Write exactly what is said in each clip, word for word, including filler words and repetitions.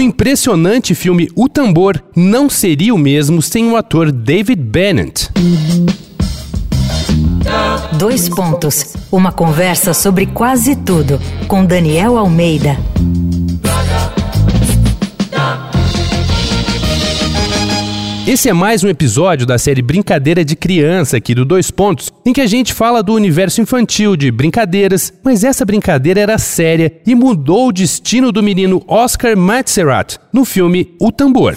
impressionante filme O Tambor não seria o mesmo sem o ator David Bennett. Dois pontos. Uma conversa sobre quase tudo com Daniel Almeida. Esse é mais um episódio da série Brincadeira de Criança aqui do Dois Pontos, em que a gente fala do universo infantil de brincadeiras, mas essa brincadeira era séria e mudou o destino do menino Oscar Matzerath no filme O Tambor.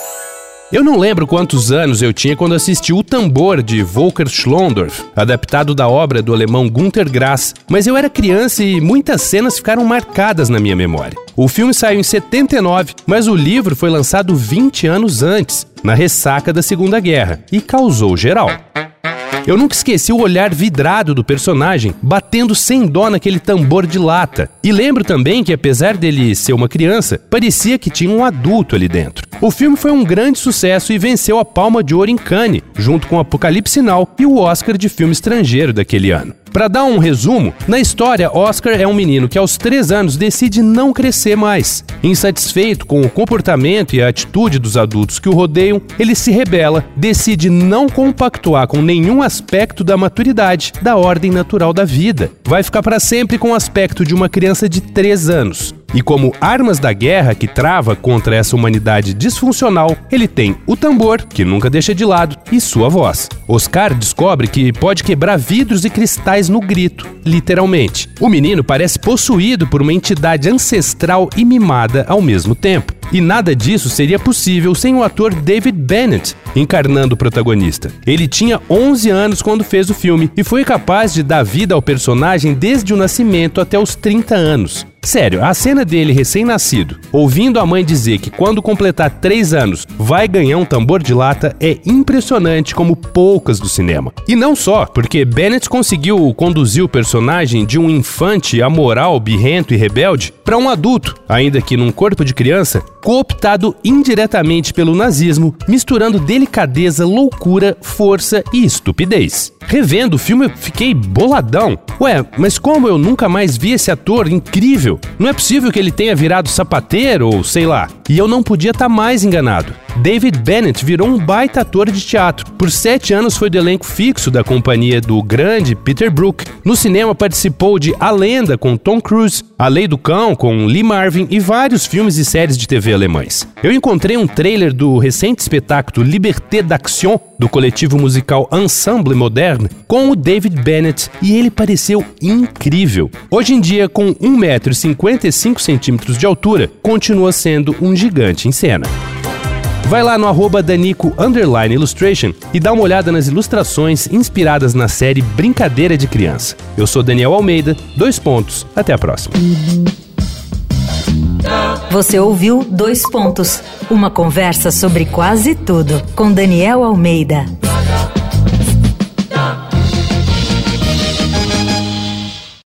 Eu não lembro quantos anos eu tinha quando assisti O Tambor, de Volker Schlondorf, adaptado da obra do alemão Günter Grass, mas eu era criança e muitas cenas ficaram marcadas na minha memória. O filme saiu em setenta e nove, mas o livro foi lançado vinte anos antes, na ressaca da Segunda Guerra, e causou geral. Eu nunca esqueci o olhar vidrado do personagem, batendo sem dó naquele tambor de lata. E lembro também que, apesar dele ser uma criança, parecia que tinha um adulto ali dentro. O filme foi um grande sucesso e venceu a Palma de Ouro em Cannes, junto com Apocalipse Now e o Oscar de filme estrangeiro daquele ano. Para dar um resumo, na história, Oscar é um menino que aos três anos decide não crescer mais. Insatisfeito com o comportamento e a atitude dos adultos que o rodeiam, ele se rebela, decide não compactuar com nenhum aspecto da maturidade, da ordem natural da vida. Vai ficar para sempre com o aspecto de uma criança de três anos. E como armas da guerra que trava contra essa humanidade disfuncional, ele tem o tambor, que nunca deixa de lado, e sua voz. Oscar descobre que pode quebrar vidros e cristais no grito, literalmente. O menino parece possuído por uma entidade ancestral e mimada ao mesmo tempo. E nada disso seria possível sem o ator David Bennett encarnando o protagonista. Ele tinha onze anos quando fez o filme e foi capaz de dar vida ao personagem desde o nascimento até os trinta anos. Sério, a cena dele recém-nascido, ouvindo a mãe dizer que quando completar três anos vai ganhar um tambor de lata é impressionante como poucas do cinema. E não só, porque Bennett conseguiu conduzir o personagem de um infante amoral, birrento e rebelde para um adulto, ainda que num corpo de criança, cooptado indiretamente pelo nazismo, misturando delicadeza, loucura, força e estupidez. Revendo o filme, eu fiquei boladão. Ué, mas como eu nunca mais vi esse ator incrível? Não é possível que ele tenha virado sapateiro ou sei lá. E eu não podia estar mais enganado. David Bennett virou um baita ator de teatro. Por sete anos foi do elenco fixo da companhia do grande Peter Brook. No cinema participou de A Lenda com Tom Cruise, A Lei do Cão com Lee Marvin e vários filmes e séries de T V alemães. Eu encontrei um trailer do recente espetáculo Liberté d'Action, do coletivo musical Ensemble Moderne, com o David Bennett, e ele pareceu incrível. Hoje em dia, com um metro e cinquenta e cinco centímetros de altura, continua sendo um gigante em cena. Vai lá no arroba Danico underline illustration e dá uma olhada nas ilustrações inspiradas na série Brincadeira de Criança. Eu sou Daniel Almeida, dois pontos, até a próxima. Você ouviu Dois Pontos, uma conversa sobre quase tudo com Daniel Almeida.